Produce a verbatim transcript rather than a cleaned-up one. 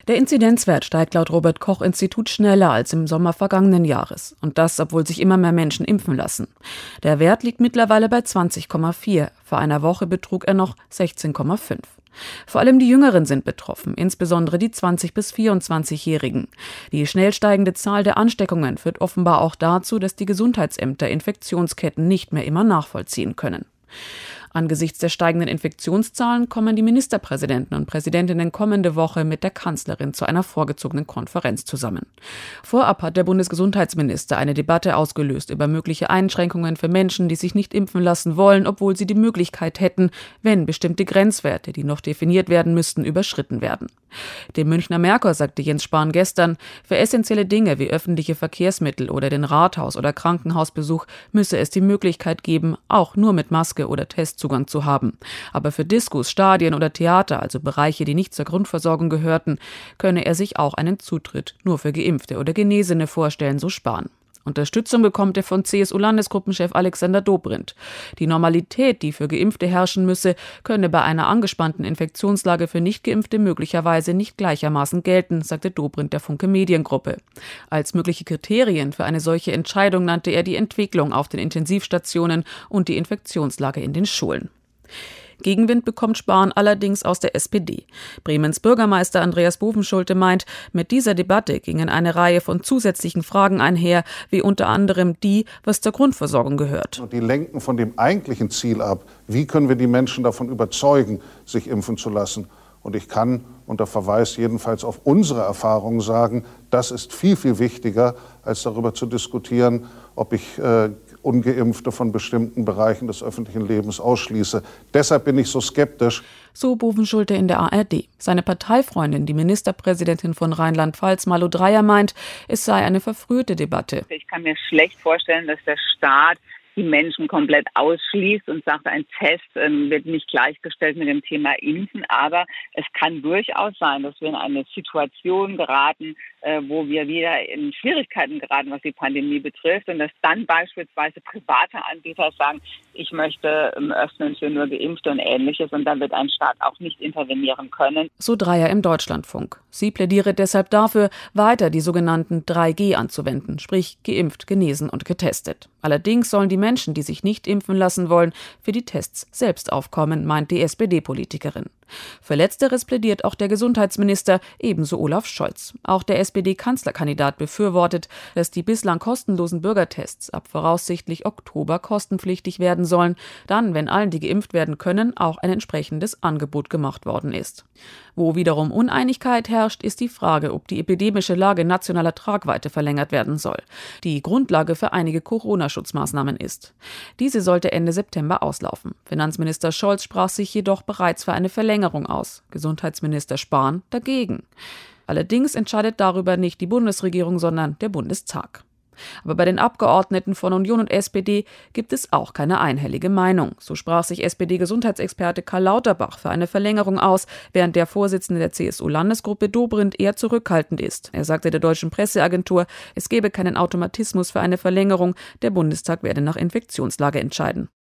Der Inzidenzwert steigt laut Robert-Koch-Institut schneller als im Sommer vergangenen Jahres. Und das, obwohl sich immer mehr Menschen impfen lassen. Der Wert liegt mittlerweile bei zwanzig Komma vier. Vor einer Woche betrug er noch sechzehn Komma fünf. Vor allem die Jüngeren sind betroffen, insbesondere die zwanzig- bis vierundzwanzigjährigen. Die schnell steigende Zahl der Ansteckungen führt offenbar auch dazu, dass die Gesundheitsämter Infektionsketten nicht mehr immer nachvollziehen können. Angesichts der steigenden Infektionszahlen kommen die Ministerpräsidenten und Präsidentinnen kommende Woche mit der Kanzlerin zu einer vorgezogenen Konferenz zusammen. Vorab hat der Bundesgesundheitsminister eine Debatte ausgelöst über mögliche Einschränkungen für Menschen, die sich nicht impfen lassen wollen, obwohl sie die Möglichkeit hätten, wenn bestimmte Grenzwerte, die noch definiert werden müssten, überschritten werden. Dem Münchner Merkur sagte Jens Spahn gestern, für essentielle Dinge wie öffentliche Verkehrsmittel oder den Rathaus- oder Krankenhausbesuch müsse es die Möglichkeit geben, auch nur mit Maske oder Testzugang zu haben. Aber für Diskos, Stadien oder Theater, also Bereiche, die nicht zur Grundversorgung gehörten, könne er sich auch einen Zutritt nur für Geimpfte oder Genesene vorstellen, so Spahn. Unterstützung bekommt er von C S U-Landesgruppenchef Alexander Dobrindt. Die Normalität, die für Geimpfte herrschen müsse, könne bei einer angespannten Infektionslage für Nichtgeimpfte möglicherweise nicht gleichermaßen gelten, sagte Dobrindt der Funke Mediengruppe. Als mögliche Kriterien für eine solche Entscheidung nannte er die Entwicklung auf den Intensivstationen und die Infektionslage in den Schulen. Gegenwind bekommt Spahn allerdings aus der S P D. Bremens Bürgermeister Andreas Bovenschulte meint, mit dieser Debatte gingen eine Reihe von zusätzlichen Fragen einher, wie unter anderem die, was zur Grundversorgung gehört. Und die lenken von dem eigentlichen Ziel ab. Wie können wir die Menschen davon überzeugen, sich impfen zu lassen? Und ich kann unter Verweis jedenfalls auf unsere Erfahrungen sagen, das ist viel, viel wichtiger, als darüber zu diskutieren, ob ich äh, Ungeimpfte von bestimmten Bereichen des öffentlichen Lebens ausschließe. Deshalb bin ich so skeptisch. So Bovenschulte in der A R D. Seine Parteifreundin, die Ministerpräsidentin von Rheinland-Pfalz, Malu Dreyer, meint, es sei eine verfrühte Debatte. Ich kann mir schlecht vorstellen, dass der Staat die Menschen komplett ausschließt und sagt, ein Test ähm, wird nicht gleichgestellt mit dem Thema Impfen. Aber es kann durchaus sein, dass wir in eine Situation geraten, äh, wo wir wieder in Schwierigkeiten geraten, was die Pandemie betrifft. Und dass dann beispielsweise private Anbieter sagen, ich möchte ähm, öffnen für nur Geimpfte und Ähnliches. Und dann wird ein Staat auch nicht intervenieren können. So Dreyer im Deutschlandfunk. Sie plädiere deshalb dafür, weiter die sogenannten drei G anzuwenden, sprich geimpft, genesen und getestet. Allerdings sollen die Menschen, die sich nicht impfen lassen wollen, für die Tests selbst aufkommen, meint die S P D-Politikerin. Für Letzteres plädiert auch der Gesundheitsminister, ebenso Olaf Scholz. Auch der S P D-Kanzlerkandidat befürwortet, dass die bislang kostenlosen Bürgertests ab voraussichtlich Oktober kostenpflichtig werden sollen, dann, wenn allen, die geimpft werden können, auch ein entsprechendes Angebot gemacht worden ist. Wo wiederum Uneinigkeit herrscht, ist die Frage, ob die epidemische Lage nationaler Tragweite verlängert werden soll, die Grundlage für einige Corona-Schutzmaßnahmen ist. Diese sollte Ende September auslaufen. Finanzminister Scholz sprach sich jedoch bereits für eine Verlängerung aus, Gesundheitsminister Spahn dagegen. Allerdings entscheidet darüber nicht die Bundesregierung, sondern der Bundestag. Aber bei den Abgeordneten von Union und S P D gibt es auch keine einhellige Meinung. So sprach sich S P D-Gesundheitsexperte Karl Lauterbach für eine Verlängerung aus, während der Vorsitzende der C S U-Landesgruppe Dobrindt eher zurückhaltend ist. Er sagte der deutschen Presseagentur, es gebe keinen Automatismus für eine Verlängerung, der Bundestag werde nach Infektionslage entscheiden.